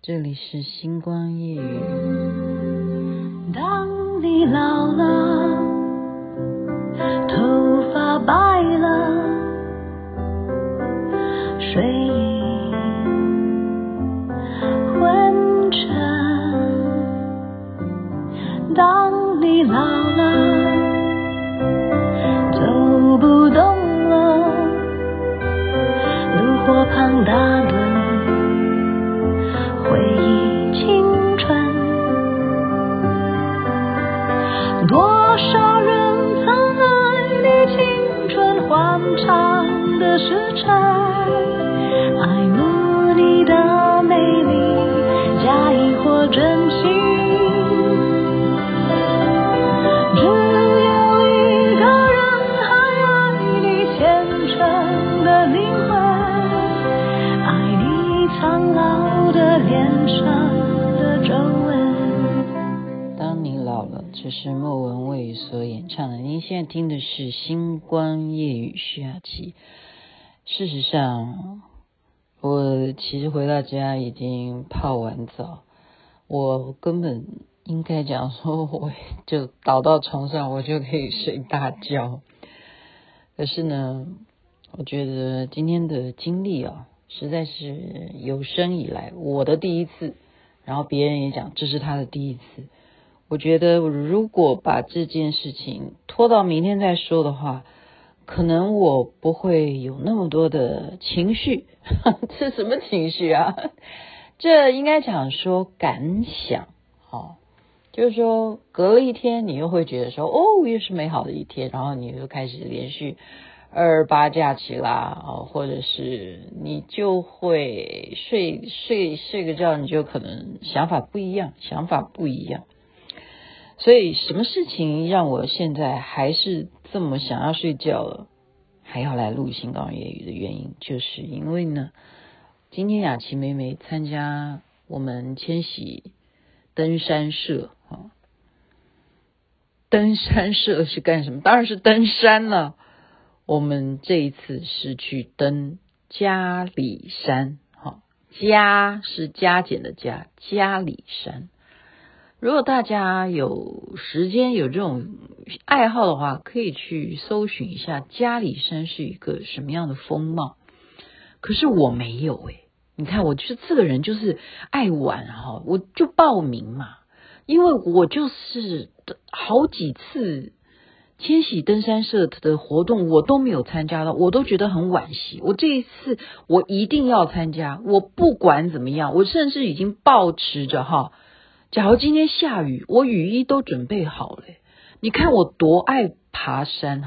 这里是星光夜语。 当你老了，头发白了，睡意昏沉。当你老了，走不动了，炉火旁打盹，回忆青春。多少人曾爱你青春欢畅的时辰，爱慕你的美丽，假意或真心。只有一个人还爱你虔诚的灵魂，爱你苍老的脸上的皱纹。 当你老了，这是莫文蔚所演唱的。您现在听的是星光夜语徐雅琪。事实上，我其实回到家已经泡完澡，我根本应该讲说，我就倒到床上，我就可以睡大觉。可是呢，我觉得今天的经历实在是有生以来我的第一次，然后别人也讲这是他的第一次。我觉得如果把这件事情拖到明天再说的话，可能我不会有那么多的情绪。这什么情绪啊？这应该讲说感想。就是说隔了一天你又会觉得说又是美好的一天，然后你又开始连续228假期啦，或者是你就会睡个觉，你就可能想法不一样。所以什么事情让我现在还是这么想要睡觉了，还要来录星光夜语的原因，就是因为呢，今天雅琪妹妹参加我们千禧登山社。登山社是干什么？当然是登山了。我们这一次是去登嘉里山。嘉是加减的嘉，嘉里山。如果大家有时间有这种爱好的话，可以去搜寻一下嘉里山是一个什么样的风貌。可是我没有你看我就是这个人就是爱玩我就报名嘛，因为我就是好几次千禧登山社的活动我都没有参加到，我都觉得很惋惜。我这一次我一定要参加，我不管怎么样，我甚至已经抱持着假如今天下雨，我雨衣都准备好了。你看我多爱爬山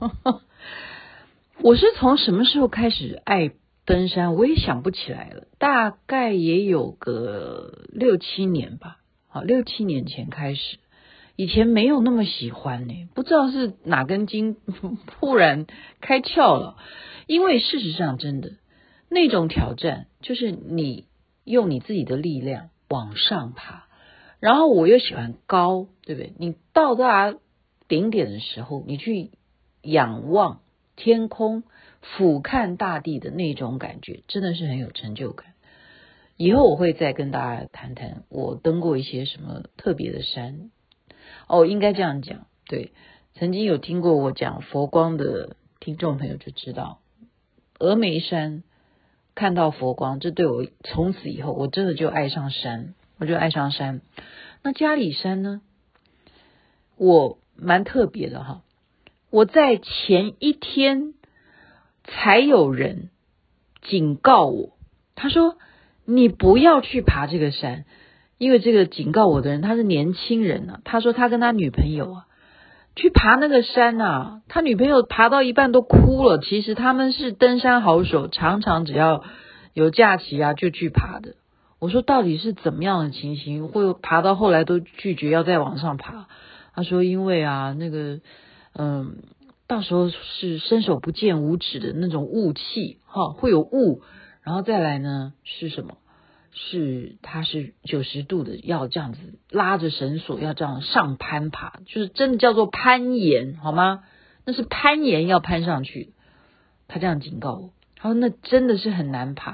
我是从什么时候开始爱登山，我也想不起来了，大概也有个6-7年吧，6-7年前开始。以前没有那么喜欢不知道是哪根筋忽然开窍了。因为事实上真的那种挑战就是你用你自己的力量往上爬，然后我又喜欢高，对不对？你到达顶点的时候，你去仰望天空，俯瞰大地的那种感觉，真的是很有成就感。以后我会再跟大家谈谈我登过一些什么特别的山。应该这样讲，对，曾经有听过我讲佛光的听众朋友就知道，峨眉山看到佛光，这对我从此以后我真的就爱上山，那嘉里山呢，我蛮特别的我在前一天才有人警告我，他说你不要去爬这个山，因为这个警告我的人他是年轻人他说他跟他女朋友去爬那个山他女朋友爬到一半都哭了。其实他们是登山好手，常常只要有假期就去爬的。我说到底是怎么样的情形会爬到后来都拒绝要再往上爬？他说因为那个到时候是伸手不见五指的那种雾气会有雾，然后再来呢是什么？它是90度的，要这样子拉着绳索要这样上攀爬，就是真的叫做攀岩好吗？那是攀岩要攀上去。他这样警告我，他说那真的是很难爬。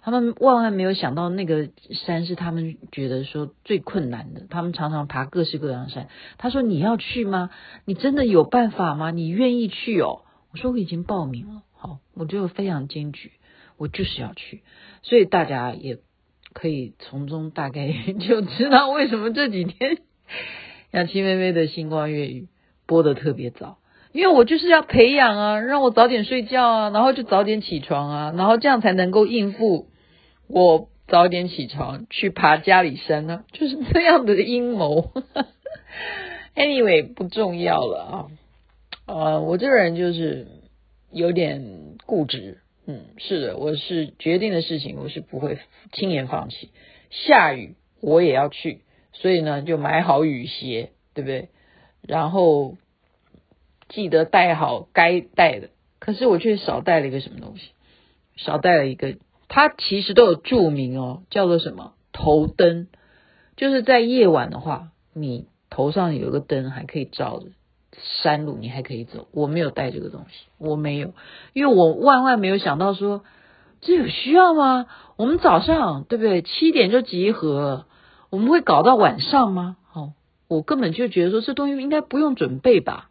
他们万万没有想到那个山是他们觉得说最困难的，他们常常爬各式各样的山。他说你要去吗？你真的有办法吗？你愿意去哦？我说我已经报名了，好，我就非常坚决，我就是要去。所以大家也可以从中大概就知道为什么这几天雅琪妹妹的星光粤语播得特别早。因为我就是要培养啊，让我早点睡觉啊，然后就早点起床啊，然后这样才能够应付我早点起床去爬嘉里山呢，就是这样的阴谋。Anyway， 不重要了啊。我这个人就是有点固执，是的，我是决定的事情，我是不会轻言放弃。下雨我也要去，所以呢，就买好雨鞋，对不对？然后记得带好该带的，可是我却少带了一个什么东西？少带了一个，它其实都有注明哦，叫做什么？头灯，就是在夜晚的话，你头上有个灯还可以照着山路，你还可以走。我没有带这个东西，我没有，因为我万万没有想到说这有需要吗？我们早上对不对？7点就集合，我们会搞到晚上吗？我根本就觉得说这东西应该不用准备吧。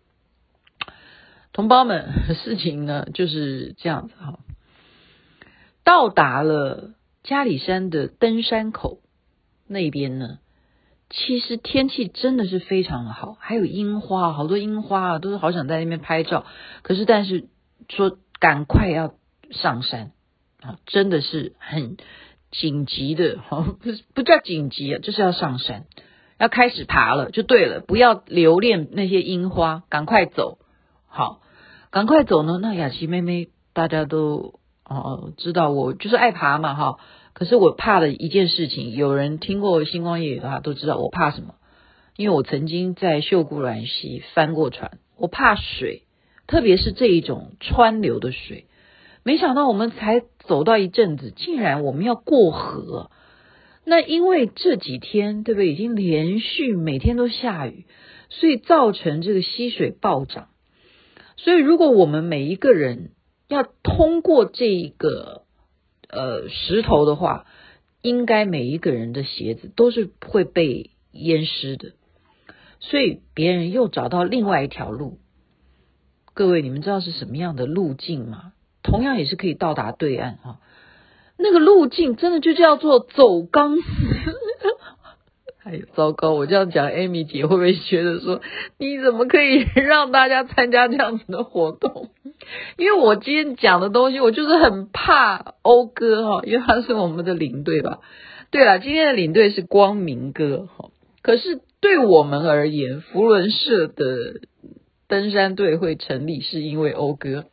同胞们，事情呢就是这样子哈。到达了嘉里山的登山口那边呢，其实天气真的是非常好，还有樱花，好多樱花啊，都是好想在那边拍照。可是但是说赶快要上山啊，真的是很紧急的，不叫紧急啊，就是要上山，要开始爬了就对了，不要留恋那些樱花，赶快走。好，赶快走呢。那雅琪妹妹大家都知道我就是爱爬嘛哈。可是我怕的一件事情，有人听过星光夜语的话都知道我怕什么。因为我曾经在秀姑峦溪翻过船，我怕水，特别是这一种川流的水。没想到我们才走到一阵子，竟然我们要过河。那因为这几天对不对，已经连续每天都下雨，所以造成这个溪水暴涨。所以如果我们每一个人要通过这一个石头的话，应该每一个人的鞋子都是会被淹湿的。所以别人又找到另外一条路。各位，你们知道是什么样的路径吗？同样也是可以到达对岸啊。那个路径真的就叫做走钢丝。哎呦，糟糕！我这样讲 ，Amy 姐会不会觉得说，你怎么可以让大家参加这样子的活动？因为我今天讲的东西，我就是很怕欧哥哈，因为他是我们的领队吧。对了，今天的领队是光明哥哈，可是对我们而言，福伦社的登山队会成立，是因为欧哥。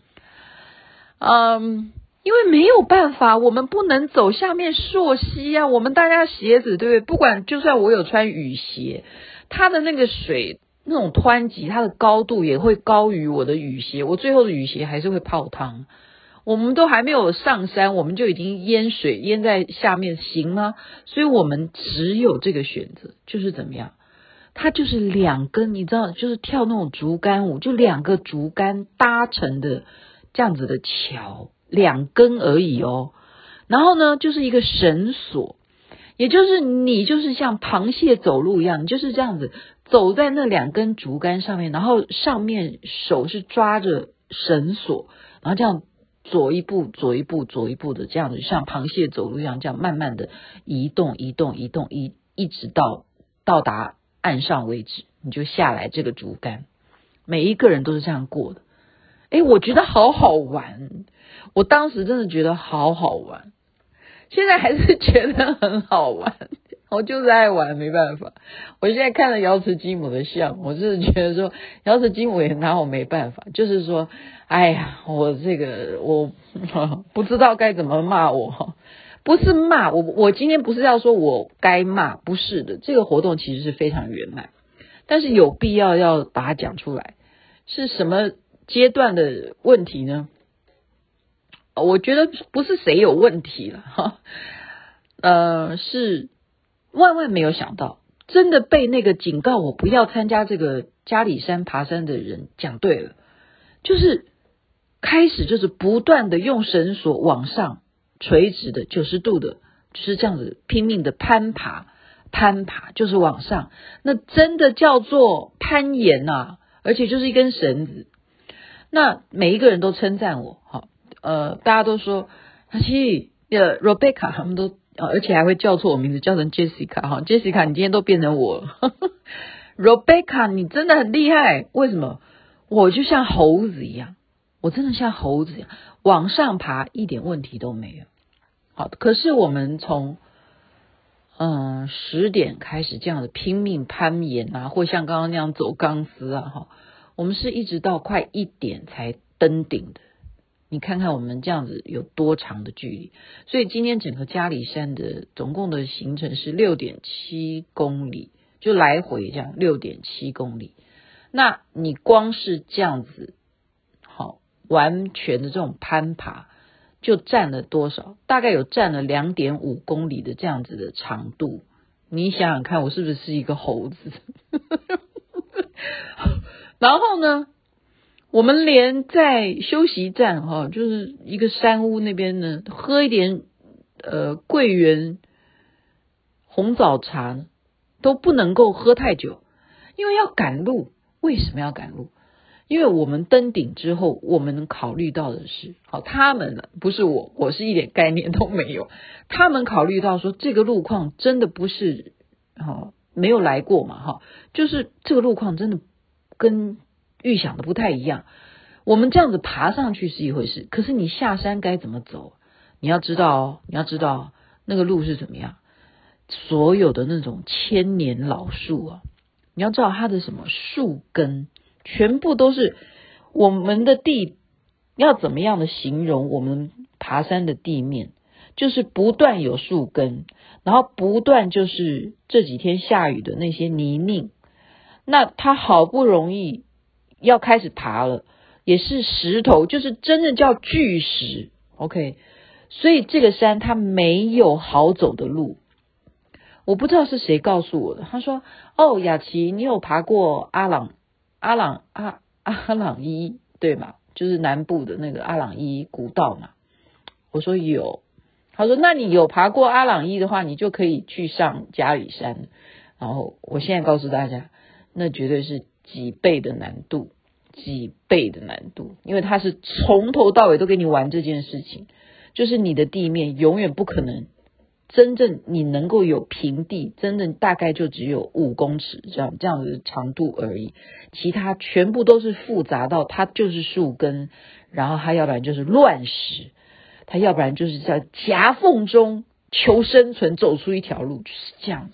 因为没有办法，我们不能走下面溯溪啊，我们大家鞋子对不对？不管就算我有穿雨鞋，它的那个水那种湍急，它的高度也会高于我的雨鞋，我最后的雨鞋还是会泡汤。我们都还没有上山，我们就已经淹水淹在下面，行吗？所以我们只有这个选择，就是怎么样？它就是2根，你知道，就是跳那种竹竿舞，就2个竹竿搭成的这样子的桥，2根而已哦。然后呢，就是一个绳索，也就是你就是像螃蟹走路一样，你就是这样子走在那2根竹竿上面，然后上面手是抓着绳索，然后这样左一步左一步左一步的这样子，像螃蟹走路一样，这样慢慢的移动移动移动一直到达岸上为止，你就下来这个竹竿。每一个人都是这样过的。我觉得好好玩，我当时真的觉得好好玩，现在还是觉得很好玩，我就是爱玩，没办法。我现在看了瑶池金母的像，我真的觉得说瑶池金母也拿我没办法，就是说哎呀，我不知道该怎么骂我，不是骂我今天不是要说我该骂，不是的，这个活动其实是非常圆满，但是有必要把它讲出来。是什么阶段的问题呢？我觉得不是谁有问题了哈，是万万没有想到，真的被那个警告我不要参加这个嘉里山爬山的人讲对了，就是开始就是不断的用绳索往上垂直的90度的，就是这样子拼命的攀爬就是往上，那真的叫做攀岩啊，而且就是一根绳子。那每一个人都称赞我，好，大家都说其实Rebecca 他们都，而且还会叫错我名字，叫成 Jessica 哈 ，Jessica 你今天都变成我了，Rebecca 你真的很厉害，为什么？我就像猴子一样，我真的像猴子一样往上爬，一点问题都没有。好，可是我们从10点开始这样的拼命攀岩啊，或像刚刚那样走钢丝啊，哈，我们是一直到快1点才登顶的。你看看我们这样子有多长的距离，所以今天整个嘉里山的总共的行程是6.7公里，就来回这样6.7公里。那你光是这样子，好，完全的这种攀爬，就占了多少？大概有占了2.5公里的这样子的长度。你想想看，我是不是一个猴子？然后呢，我们连在休息站哈，就是一个山屋那边呢，喝一点桂圆红枣茶都不能够喝太久，因为要赶路。为什么要赶路？因为我们登顶之后，我们能考虑到的是，好，他们呢不是我是一点概念都没有。他们考虑到说，这个路况真的不是没有来过嘛哈，就是这个路况真的跟预想的不太一样。我们这样子爬上去是一回事，可是你下山该怎么走？你要知道那个路是怎么样，所有的那种千年老树啊，你要知道它的什么树根，全部都是我们的地。要怎么样的形容我们爬山的地面？就是不断有树根，然后不断就是这几天下雨的那些泥泞。那它好不容易要开始爬了，也是石头，就是真正叫巨石。OK， 所以这个山它没有好走的路。我不知道是谁告诉我的，他说：“哦，雅琪，你有爬过阿朗伊对吗？就是南部的那个阿朗伊古道嘛。”我说有。他说：“那你有爬过阿朗伊的话，你就可以去上嘉里山。”然后我现在告诉大家，那绝对是几倍的难度，因为它是从头到尾都给你玩这件事情，就是你的地面永远不可能真正你能够有平地，真正大概就只有5公尺这样的长度而已，其他全部都是复杂到它就是树根，然后它要不然就是乱石，它要不然就是在夹缝中求生存，走出一条路，就是这样子。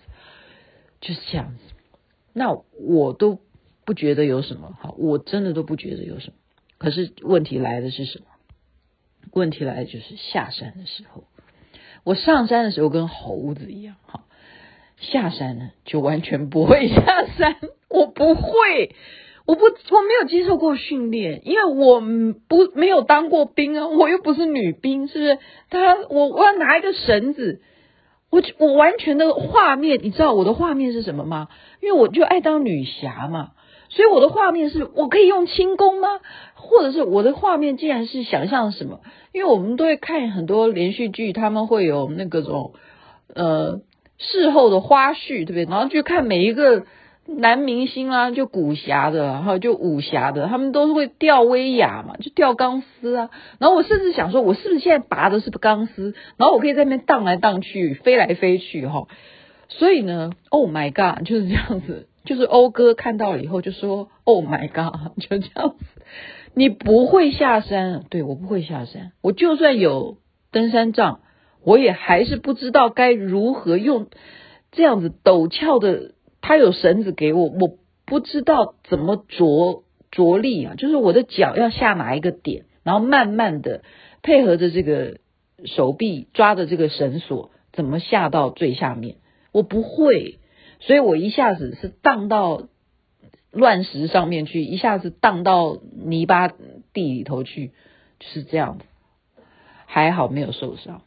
那我都不觉得有什么好，我真的都不觉得有什么。可是问题来的是什么？问题来的就是下山的时候。我上山的时候跟猴子一样，下山呢就完全不会下山。我不会，我没有接受过训练，因为我没有当过兵啊，我又不是女兵，是不是？我要拿一个绳子，我完全的画面，你知道我的画面是什么吗？因为我就爱当女侠嘛，所以我的画面是我可以用轻功吗？或者是我的画面竟然是想象什么？因为我们都会看很多连续剧，他们会有那个种事后的花絮，对不对？然后就看每一个男明星啊，就古侠的，然后就武侠的，他们都会吊威亚嘛，就吊钢丝啊。然后我甚至想说，我是不是现在拔的是钢丝，然后我可以在那边荡来荡去，飞来飞去哈。所以呢 ，Oh my God， 就是这样子。就是欧哥看到了以后就说 ，Oh my God， 就这样子。你不会下山，对，我不会下山。我就算有登山杖，我也还是不知道该如何用这样子陡峭的。他有绳子给我，我不知道怎么着力啊，就是我的脚要下哪一个点，然后慢慢的配合着这个手臂抓着这个绳索，怎么下到最下面，我不会，所以我一下子是荡到乱石上面去，一下子荡到泥巴地里头去，就是这样子。还好没有受伤。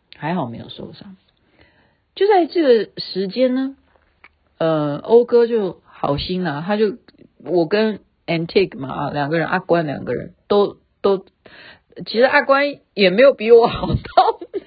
就在这个时间呢，欧哥就好心啊，我跟 Antique 嘛两个人，阿关两个人都，其实阿关也没有比我好到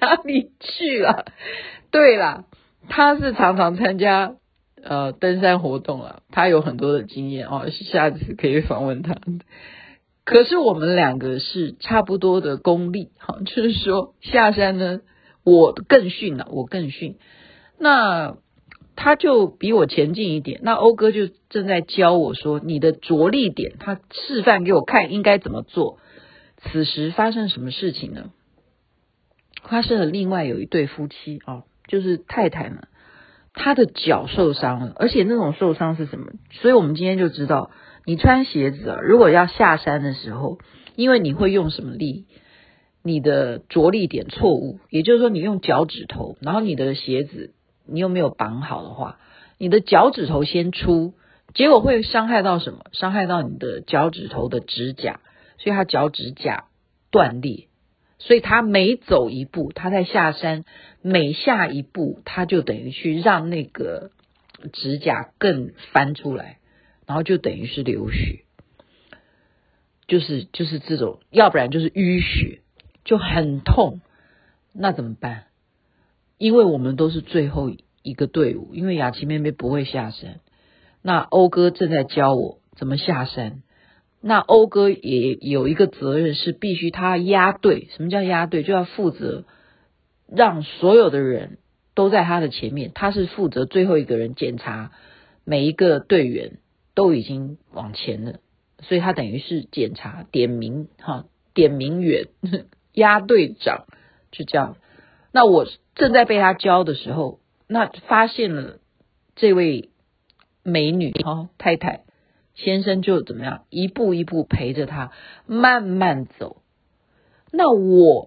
哪里去了？对啦，他是常常参加登山活动了，他有很多的经验哦，下次可以访问他。可是我们两个是差不多的功力，哈，就是说下山呢，我更逊，那他就比我前进一点，那欧哥就正在教我说你的着力点，他示范给我看应该怎么做。此时发生什么事情呢？发生了另外有一对夫妻哦，就是太太呢，她的脚受伤了，而且那种受伤是什么？所以我们今天就知道，你穿鞋子啊，如果要下山的时候，因为你会用什么力，你的着力点错误，也就是说你用脚趾头，然后你的鞋子你又没有绑好的话，你的脚趾头先出，结果会伤害到什么？伤害到你的脚趾头的指甲，所以他脚指甲断裂。所以他每走一步，他在下山每下一步，他就等于去让那个指甲更翻出来，然后就等于是流血，就是这种，要不然就是淤血，就很痛。那怎么办？因为我们都是最后一个队伍，因为雅琪妹妹不会下山，那欧哥正在教我怎么下山。那欧哥也有一个责任，是必须他压队。什么叫压队？就要负责让所有的人都在他的前面，他是负责最后一个人检查每一个队员都已经往前了，所以他等于是检查点名员压队长，就这样。那我正在被他教的时候，那发现了这位美女太太，先生就怎么样，一步一步陪着他慢慢走。那我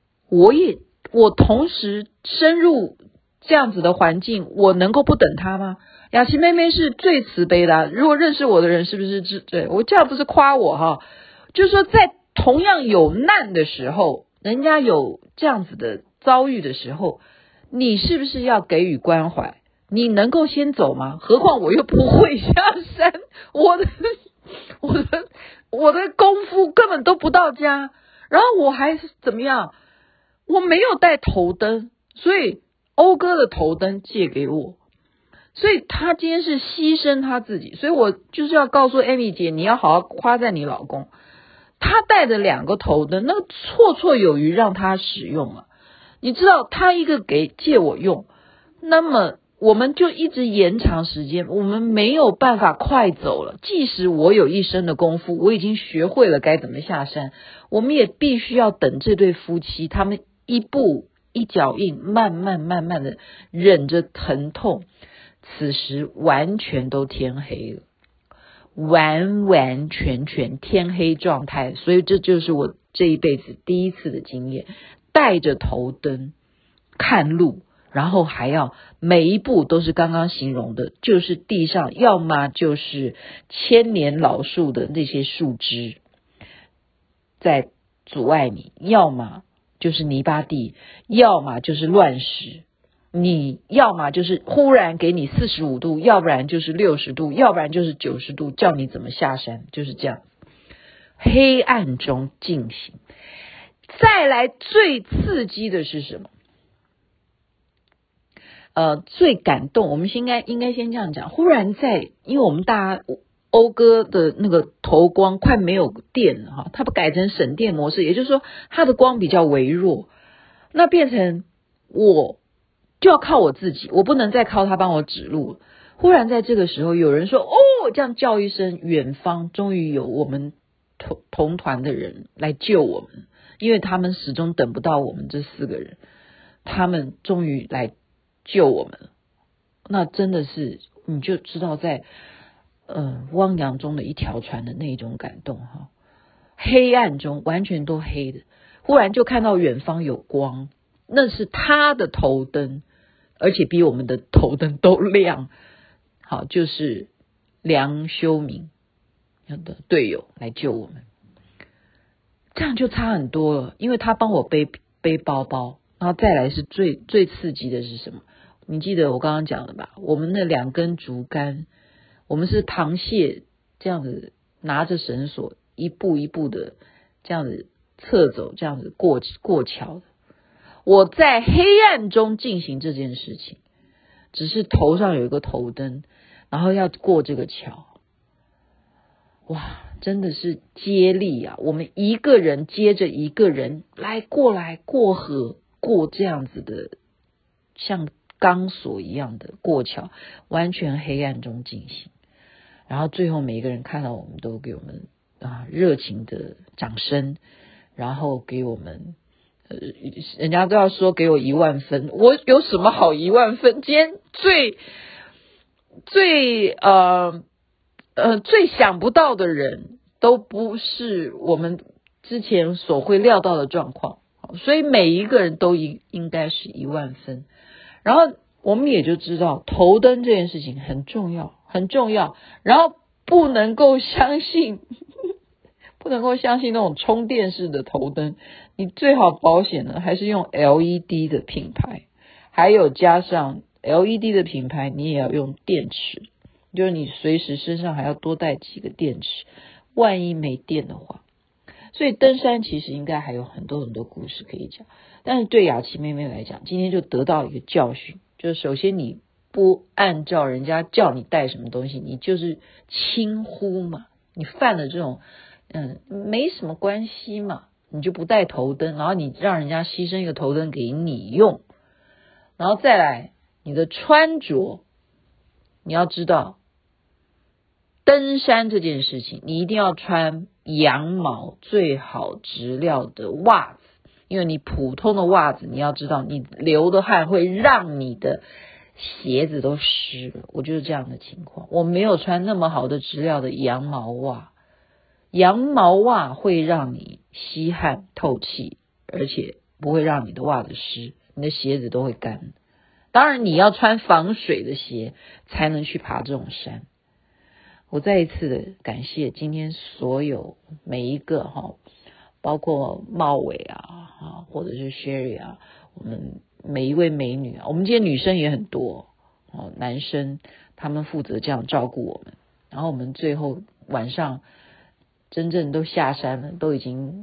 同时深入这样子的环境，我能够不等他吗？雅琪妹妹是最慈悲的如果认识我的人是不是对我这样不是夸我哈，就是说在同样有难的时候，人家有这样子的遭遇的时候，你是不是要给予关怀？你能够先走吗？何况我又不会下山，我的功夫根本都不到家，然后我还是怎么样？我没有带头灯，所以欧哥的头灯借给我，所以他今天是牺牲他自己，所以我就是要告诉 Amy 姐，你要好好夸赞你老公，他带的2个头灯，那绰绰有余让他使用了。你知道他一个借我用，那么我们就一直延长时间，我们没有办法快走了。即使我有一身的功夫，我已经学会了该怎么下山，我们也必须要等这对夫妻他们一步一脚印，慢慢的忍着疼痛。此时完全都天黑了，完全天黑状态，所以这就是我这一辈子第一次的经验，带着头灯看路，然后还要每一步都是刚刚形容的，就是地上要么就是千年老树的那些树枝在阻碍你，要么就是泥巴地，要么就是乱石，你要么就是忽然给你45度，要不然就是60度，要不然就是90度，叫你怎么下山，就是这样黑暗中进行。再来最刺激的是什么？最感动，我们应该先这样讲。忽然因为我们大家欧哥的那个头光快没有电了哈，他不改成省电模式，也就是说他的光比较微弱，那变成我就要靠我自己，我不能再靠他帮我指路。忽然在这个时候，有人说哦，这样叫一声，远方终于有我们同团的人来救我们，因为他们始终等不到我们这4个人，他们终于来救我们了。那真的是你就知道在汪洋中的一条船的那种感动哈。黑暗中完全都黑的，忽然就看到远方有光，那是他的头灯，而且比我们的头灯都亮。好，就是梁修明的队友来救我们，这样就差很多了，因为他帮我背包包。然后再来是最刺激的是什么？你记得我刚刚讲的吧？我们那2根竹竿，我们是螃蟹这样子拿着绳索，一步一步的这样子侧走，这样子过桥的。 我在黑暗中进行这件事情，只是头上有一个头灯，然后要过这个桥。哇，真的是接力啊！我们一个人接着一个人来过河，过这样子的像钢索一样的过桥，完全黑暗中进行。然后最后每一个人看到我们都给我们热情的掌声，然后给我们人家都要说给我10000分，我有什么好10000分？今天最想不到的人都不是我们之前所会料到的状况，所以每一个人都应该是10000分。然后我们也就知道头灯这件事情很重要，很重要。然后不能够相信那种充电式的头灯，你最好保险的还是用 LED 的品牌，还有加上 LED 的品牌，你也要用电池，就是你随时身上还要多带几个电池，万一没电的话。所以登山其实应该还有很多很多故事可以讲，但是对雅琪妹妹来讲，今天就得到一个教训，就是首先你不按照人家叫你带什么东西，你就是轻忽嘛，你犯了这种没什么关系嘛，你就不带头灯，然后你让人家牺牲一个头灯给你用。然后再来你的穿着，你要知道登山这件事情，你一定要穿羊毛最好质料的袜子，因为你普通的袜子，你要知道你流的汗会让你的鞋子都湿了。我就是这样的情况，我没有穿那么好的质料的羊毛袜，羊毛袜会让你吸汗透气，而且不会让你的袜子湿，你的鞋子都会干。当然你要穿防水的鞋才能去爬这种山。我再一次的感谢今天所有每一个包括茂伟或者是 Sherry 我们每一位美女我们今天女生也很多男生他们负责这样照顾我们，然后我们最后晚上真正都下山了，都已经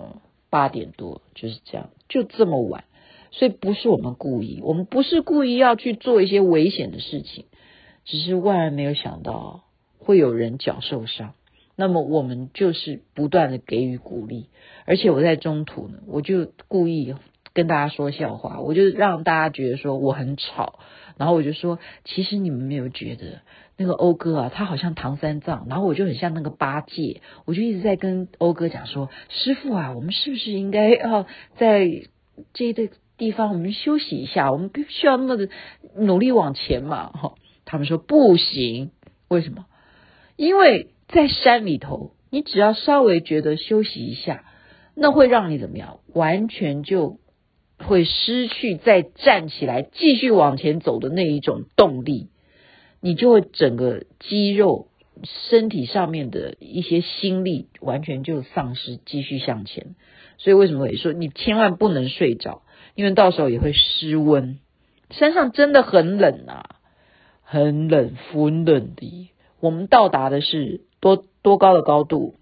8点多，就是这样，就这么晚。所以不是我们故意，我们不是故意要去做一些危险的事情，只是万万没有想到会有人脚受伤，那么我们就是不断的给予鼓励。而且我在中途呢，我就故意跟大家说笑话，我就让大家觉得说我很吵，然后我就说其实你们没有觉得那个欧哥他好像唐三藏，然后我就很像那个八戒，我就一直在跟欧哥讲说，师父我们是不是应该在这个地方我们休息一下，我们必须要那么的努力往前嘛。他们说不行，为什么？因为在山里头，你只要稍微觉得休息一下，那会让你怎么样？完全就会失去再站起来继续往前走的那一种动力，你就会整个肌肉身体上面的一些心力完全就丧失，继续向前。所以为什么会说你千万不能睡着，因为到时候也会失温。山上真的很冷很冷，很冷的。我们到达的是多高的高度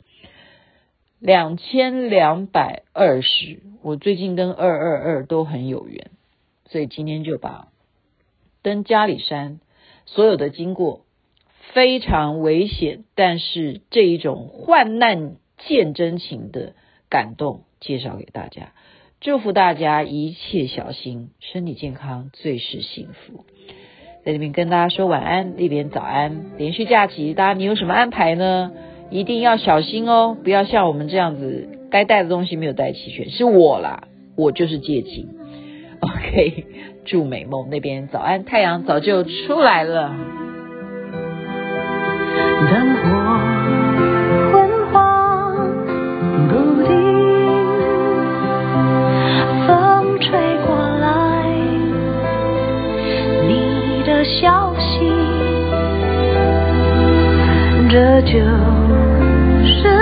？2220。我最近跟222都很有缘，所以今天就把登嘉里山所有的经过，非常危险，但是这一种患难见真情的感动介绍给大家。祝福大家一切小心，身体健康最是幸福。在这边跟大家说晚安，那边早安。连续假期大家你有什么安排呢？一定要小心哦，不要像我们这样子该带的东西没有带齐全。是我啦，我就是借机 OK， 祝美梦那边早安，太阳早就出来了。 灯火昏黄不定，风吹过来，你的消息，这就是